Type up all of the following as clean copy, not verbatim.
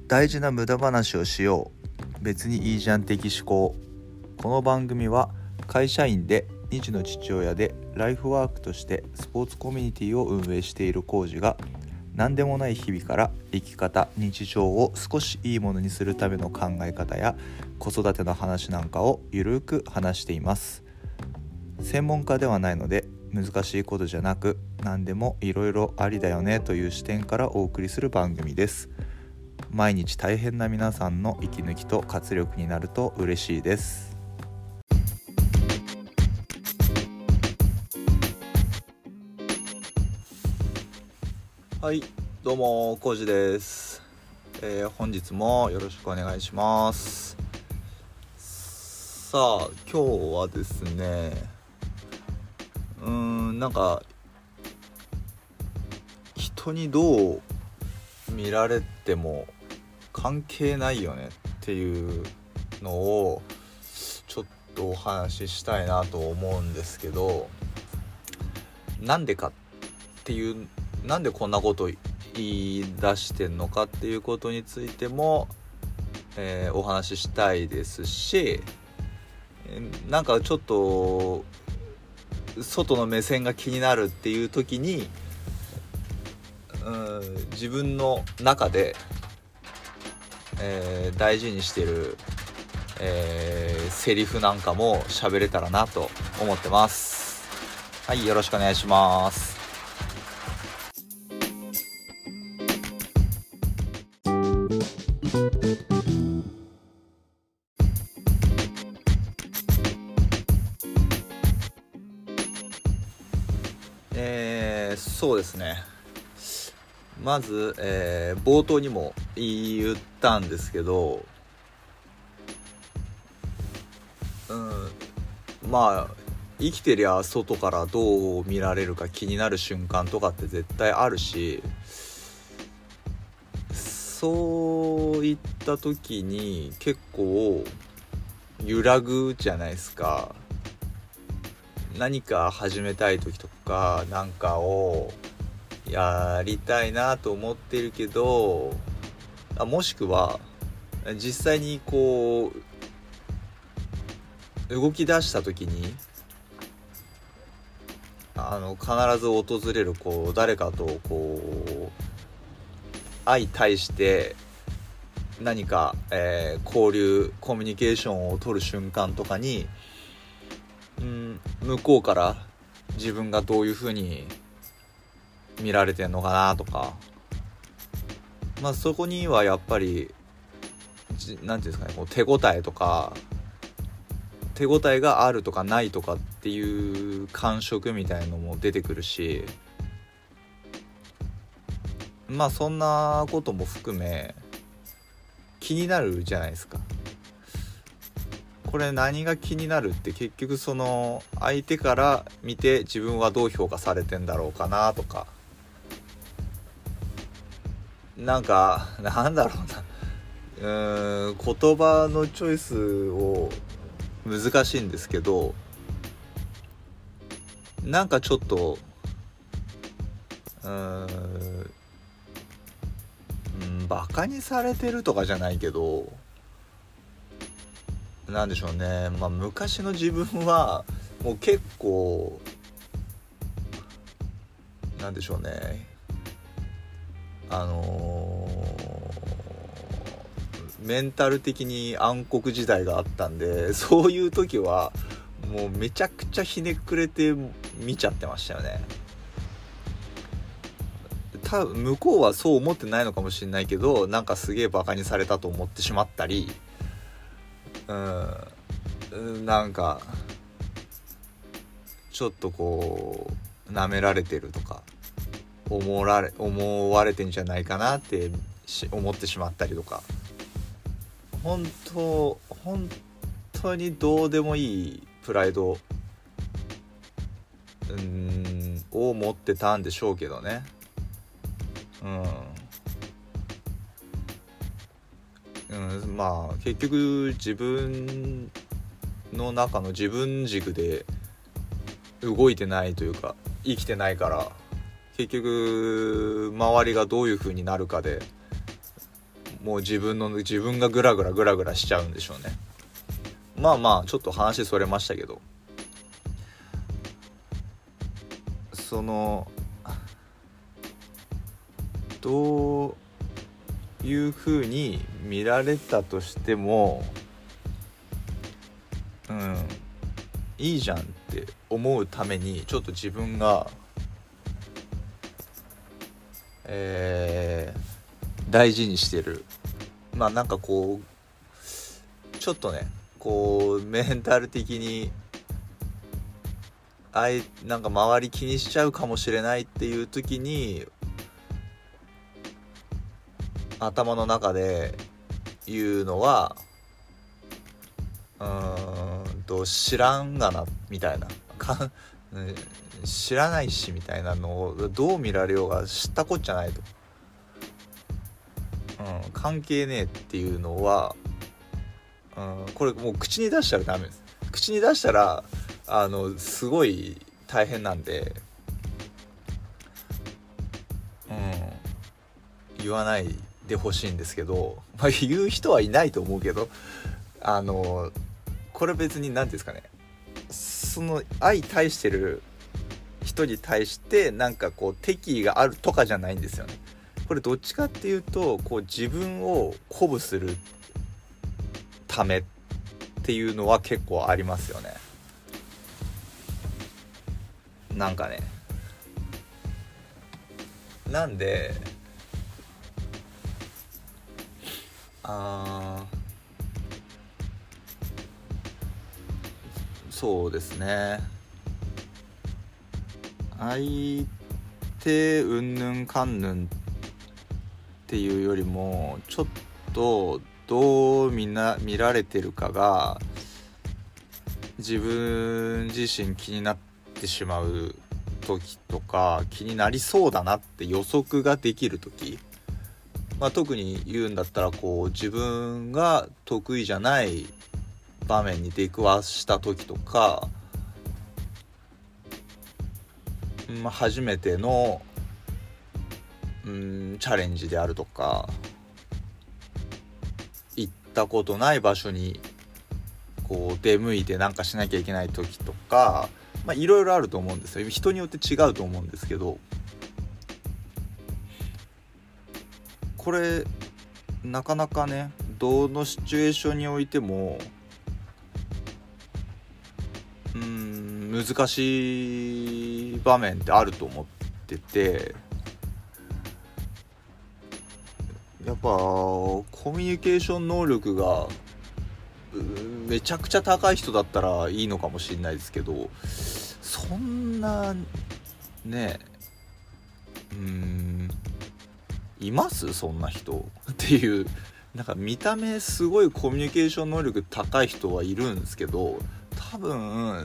大事な無駄話をしよう、別にいいじゃん的思考。この番組は会社員で2児の父親でライフワークとしてスポーツコミュニティを運営しているコウジが、何でもない日々から生き方、日常を少しいいものにするための考え方や子育ての話なんかをゆるく話しています。専門家ではないので難しいことじゃなく、何でもいろいろありだよねという視点からお送りする番組です。毎日大変な皆さんの息抜きと活力になると嬉しいです。はい、どうもコウジです。本日もよろしくお願いします。さあ、今日はですね、なんか人にどう見られても関係ないよねっていうのをちょっとお話ししたいなと思うんですけど、なんでかっていう、なんでこんなこと言い出してんのかっていうことについても、お話ししたいですし、なんかちょっと外の目線が気になるっていう時に、自分の中で、大事にしてる、セリフなんかも喋れたらなと思ってます。はい、よろしくお願いします。そうですね、まず、冒頭にも言ったんですけど、まあ生きてりゃ外からどう見られるか気になる瞬間とかって絶対あるし、そういった時に結構揺らぐじゃないですか。何か始めたい時とか、なんかをやりたいなと思ってるけど、もしくは実際にこう動き出した時に必ず訪れるこう誰かとこう相対して何か、交流コミュニケーションを取る瞬間とかに、向こうから自分がどういう風に見られてんのかなとか、そこにはやっぱりなんていうんですかね、こう手応えとか手応えがあるとかないとかっていう感触みたいのも出てくるし、そんなことも含め気になるじゃないですか。これ何が気になるって、結局その相手から見て自分はどう評価されてんだろうかなとか、なんだろうな、言葉のチョイスを難しいんですけど、なんかちょっとバカにされてるとかじゃないけど、なんでしょうね、昔の自分はもう結構なんでしょうね、メンタル的に暗黒時代があったんで、そういう時はもうめちゃくちゃひねくれて見ちゃってましたよね。多分向こうはそう思ってないのかもしれないけど、なんかすげえバカにされたと思ってしまったり、なんかちょっとこう舐められてるとか思われてんじゃないかなって思ってしまったりとか、本当にどうでもいいプライドを持ってたんでしょうけどね。結局自分の中の自分軸で動いてないというか生きてないから、結局周りがどういう風になるかでもう自分がグラグラしちゃうんでしょうね。まあちょっと話それましたけど、そのどういう風に見られたとしてもいいじゃんって思うためにちょっと自分が大事にしてる、なんかこうちょっとねこうメンタル的になんか周り気にしちゃうかもしれないっていう時に頭の中で言うのは知らんがなみたいな知らないしみたいなのをどう見られようが知ったこっちゃないと、関係ねえっていうのは、これもう口に出したらダメです。口に出したらすごい大変なんで、言わないでほしいんですけど、言う人はいないと思うけど、これ別に何ですかね、その相対してる人に対してなんかこう敵意があるとかじゃないんですよね。これどっちかっていうとこう自分を鼓舞するためっていうのは結構ありますよね。なんかね、なんでそうですね、相手うんぬんかんぬんっていうよりもちょっとどう見られてるかが自分自身気になってしまう時とか、気になりそうだなって予測ができる時、特に言うんだったらこう自分が得意じゃない場面に出くわした時とか、初めてのチャレンジであるとか、行ったことない場所にこう出向いてなんかしなきゃいけない時とか、いろいろあると思うんですよ。人によって違うと思うんですけど、これなかなかね、どのシチュエーションにおいても難しい場面ってあると思ってて、やっぱコミュニケーション能力がめちゃくちゃ高い人だったらいいのかもしれないですけど、そんなねいますそんな人っていう、なんか見た目すごいコミュニケーション能力高い人はいるんですけど、多分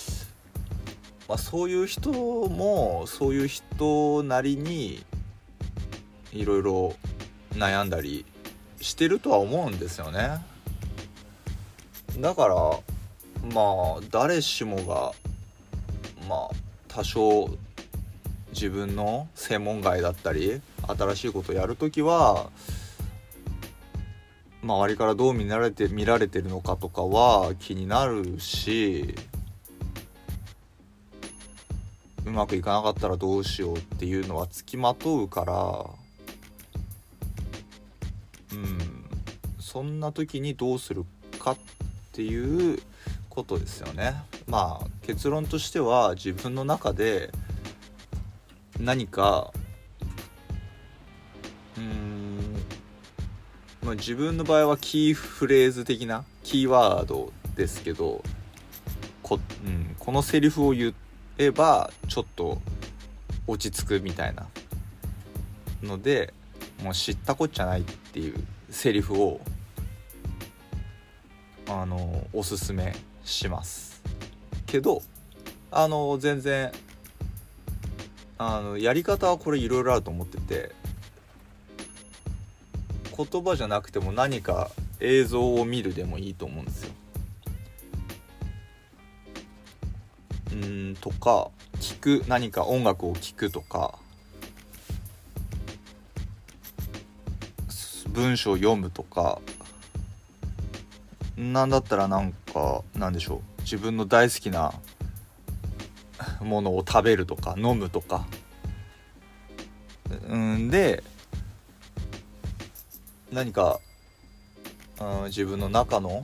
そういう人もそういう人なりにいろいろ悩んだりしてるとは思うんですよね。だから誰しもが多少自分の専門外だったり新しいことをやるときは周りからどう見られてるのかとかは気になるし、うまくいかなかったらどうしようっていうのはつきまとうから、そんな時にどうするかっていうことですよね。結論としては自分の中で何か自分の場合はキーフレーズ的なキーワードですけど、このセリフを言えばちょっと落ち着くみたいなので、もう知ったこっちゃないっていうセリフをおすすめしますけど、全然やり方はこれいろいろあると思ってて、言葉じゃなくても何か映像を見るでもいいと思うんですよ。とか何か音楽を聴くとか、 文章を読むとか、なんだったらなんでしょう、自分の大好きなものを食べるとか飲むとか、で何か、自分の中の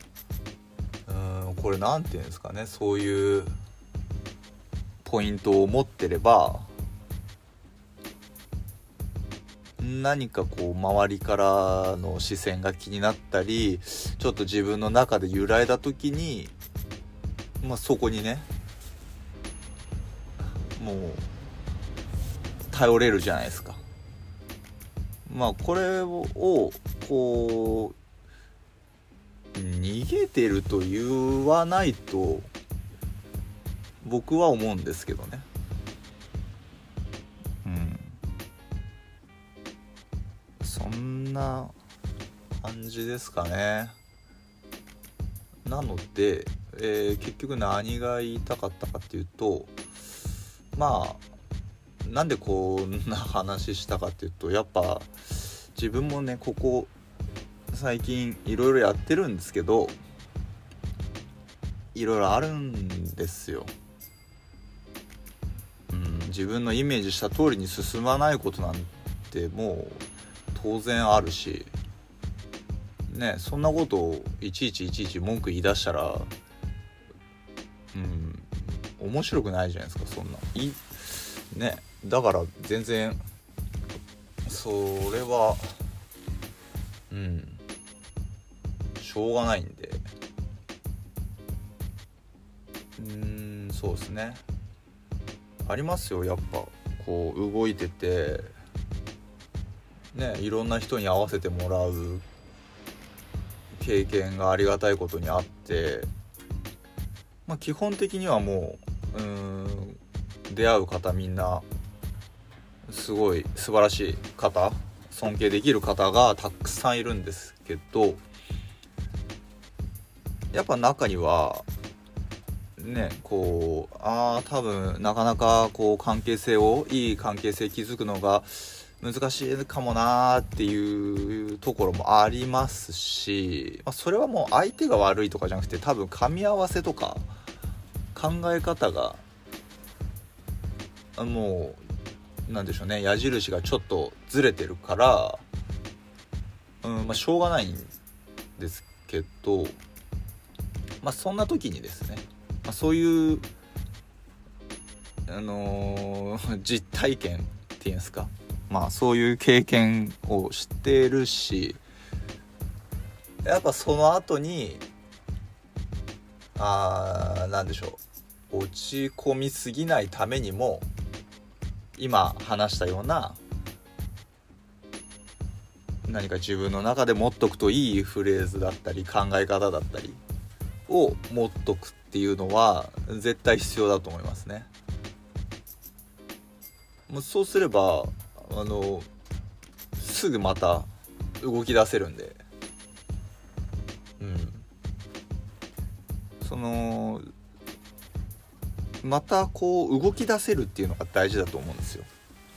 これなんていうんですかね、そういうポイントを持ってれば、何かこう周りからの視線が気になったり、ちょっと自分の中で揺らいだ時に、そこにね、もう頼れるじゃないですか。これをこう逃げてると言わないと僕は思うんですけどね。そんな感じですかね。なので、結局何が言いたかったかっていうと、なんでこんな話したかっていうと、やっぱ自分もね、ここ最近いろいろやってるんですけど、いろいろあるんですよ。自分のイメージした通りに進まないことなんてもう当然あるしね、そんなことをいちいち文句言い出したら面白くないじゃないですか、そんなね。だから全然それはしょうがないんで、そうですね、ありますよ。やっぱこう動いててね、いろんな人に会わせてもらう経験がありがたいことにあって、基本的にはもう出会う方みんなすごい素晴らしい方、尊敬できる方がたくさんいるんですけど、やっぱ中にはね、こう多分なかなかこういい関係性築くのが難しいかもなーっていうところもありますし、それはもう相手が悪いとかじゃなくて、多分噛み合わせとか考え方がもうなんでしょうね、矢印がちょっとずれてるから、しょうがないんですけど、そんな時にですね、そういう実体験っていうんですか、そういう経験をしてるし、やっぱその後になんでしょう、落ち込みすぎないためにも今話したような何か自分の中で持っとくといいフレーズだったり考え方だったりを持っとくっていうのは絶対必要だと思いますね。もうそうすればすぐまた動き出せるんで、またこう動き出せるっていうのが大事だと思うんですよ。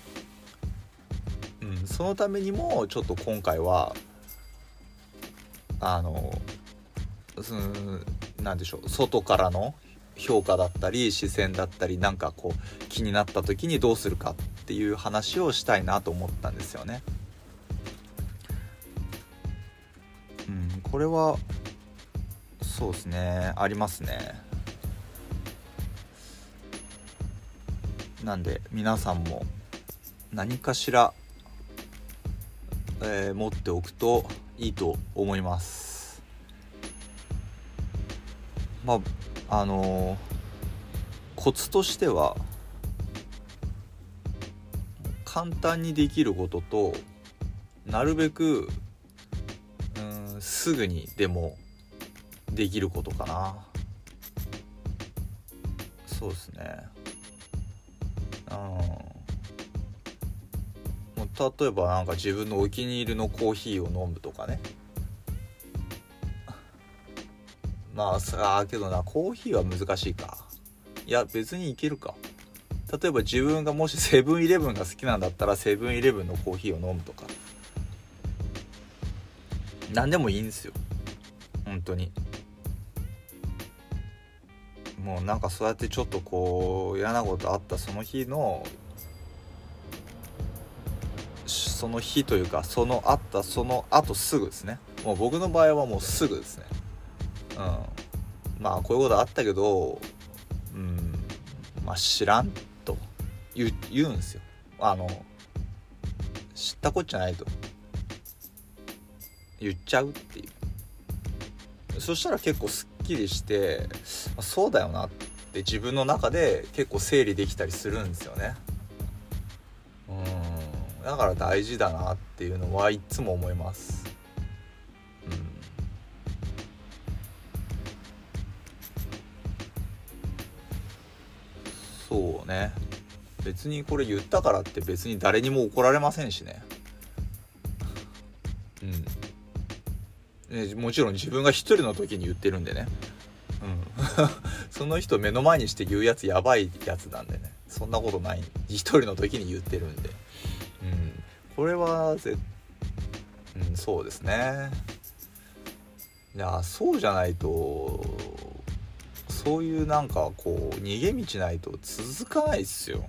そのためにもちょっと今回はなんでしょう、外からの評価だったり視線だったり、なんかこう気になった時にどうするかっていう話をしたいなと思ったんですよね。これはそうですね、ありますね。なんで皆さんも何かしら、持っておくといいと思います。コツとしては簡単にできることと、なるべくすぐにでもできることかな。そうですね。もう例えばなんか自分のお気に入りのコーヒーを飲むとかね。けどな、コーヒーは難しいか。いや別にいけるか。例えば自分がもしセブンイレブンが好きなんだったら、セブンイレブンのコーヒーを飲むとか、 何でもいいんですよ本当に。もうなんかそうやってちょっとこう嫌なことあったその日というかその後すぐですね。もう僕の場合はもうすぐですね。まあこういうことあったけどまあ知らんと言うんですよ。知ったこっちゃないと言っちゃうっていう。そしたら結構すっきりしてそうだよなって自分の中で結構整理できたりするんですよね。だから大事だなっていうのはいつも思います。そうね。別にこれ言ったからって別に誰にも怒られませんしね。もちろん自分が一人の時に言ってるんでね。その人目の前にして言うやつやばいやつなんでね。そんなことない。一人の時に言ってるんで。これはそうですね。いやそうじゃないとそういうなんかこう逃げ道ないと続かないっすよ。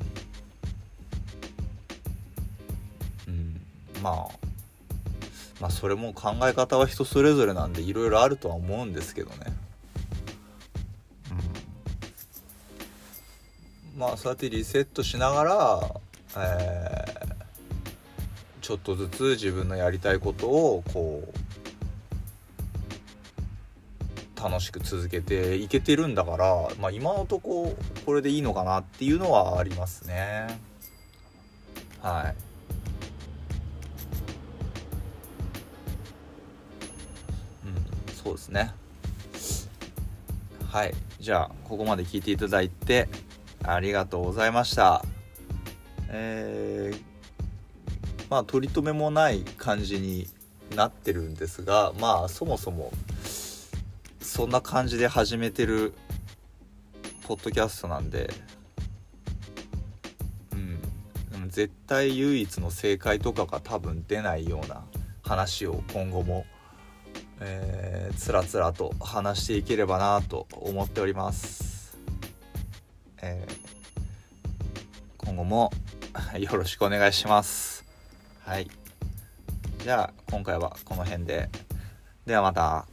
まあそれも考え方は人それぞれなんでいろいろあるとは思うんですけどね。まあそうやってリセットしながら、ちょっとずつ自分のやりたいことをこう楽しく続けていけてるんだから、まあ今のとここれでいいのかなっていうのはありますね。はい。そうですね。はい。じゃあここまで聞いていただいてありがとうございました。まあ取り留めもない感じになってるんですが、まあそもそもそんな感じで始めてるポッドキャストなんで、絶対唯一の正解とかが多分出ないような話を今後もつらつらと話していければなと思っております。今後もよろしくお願いします。はい。じゃあ今回はこの辺で。ではまた。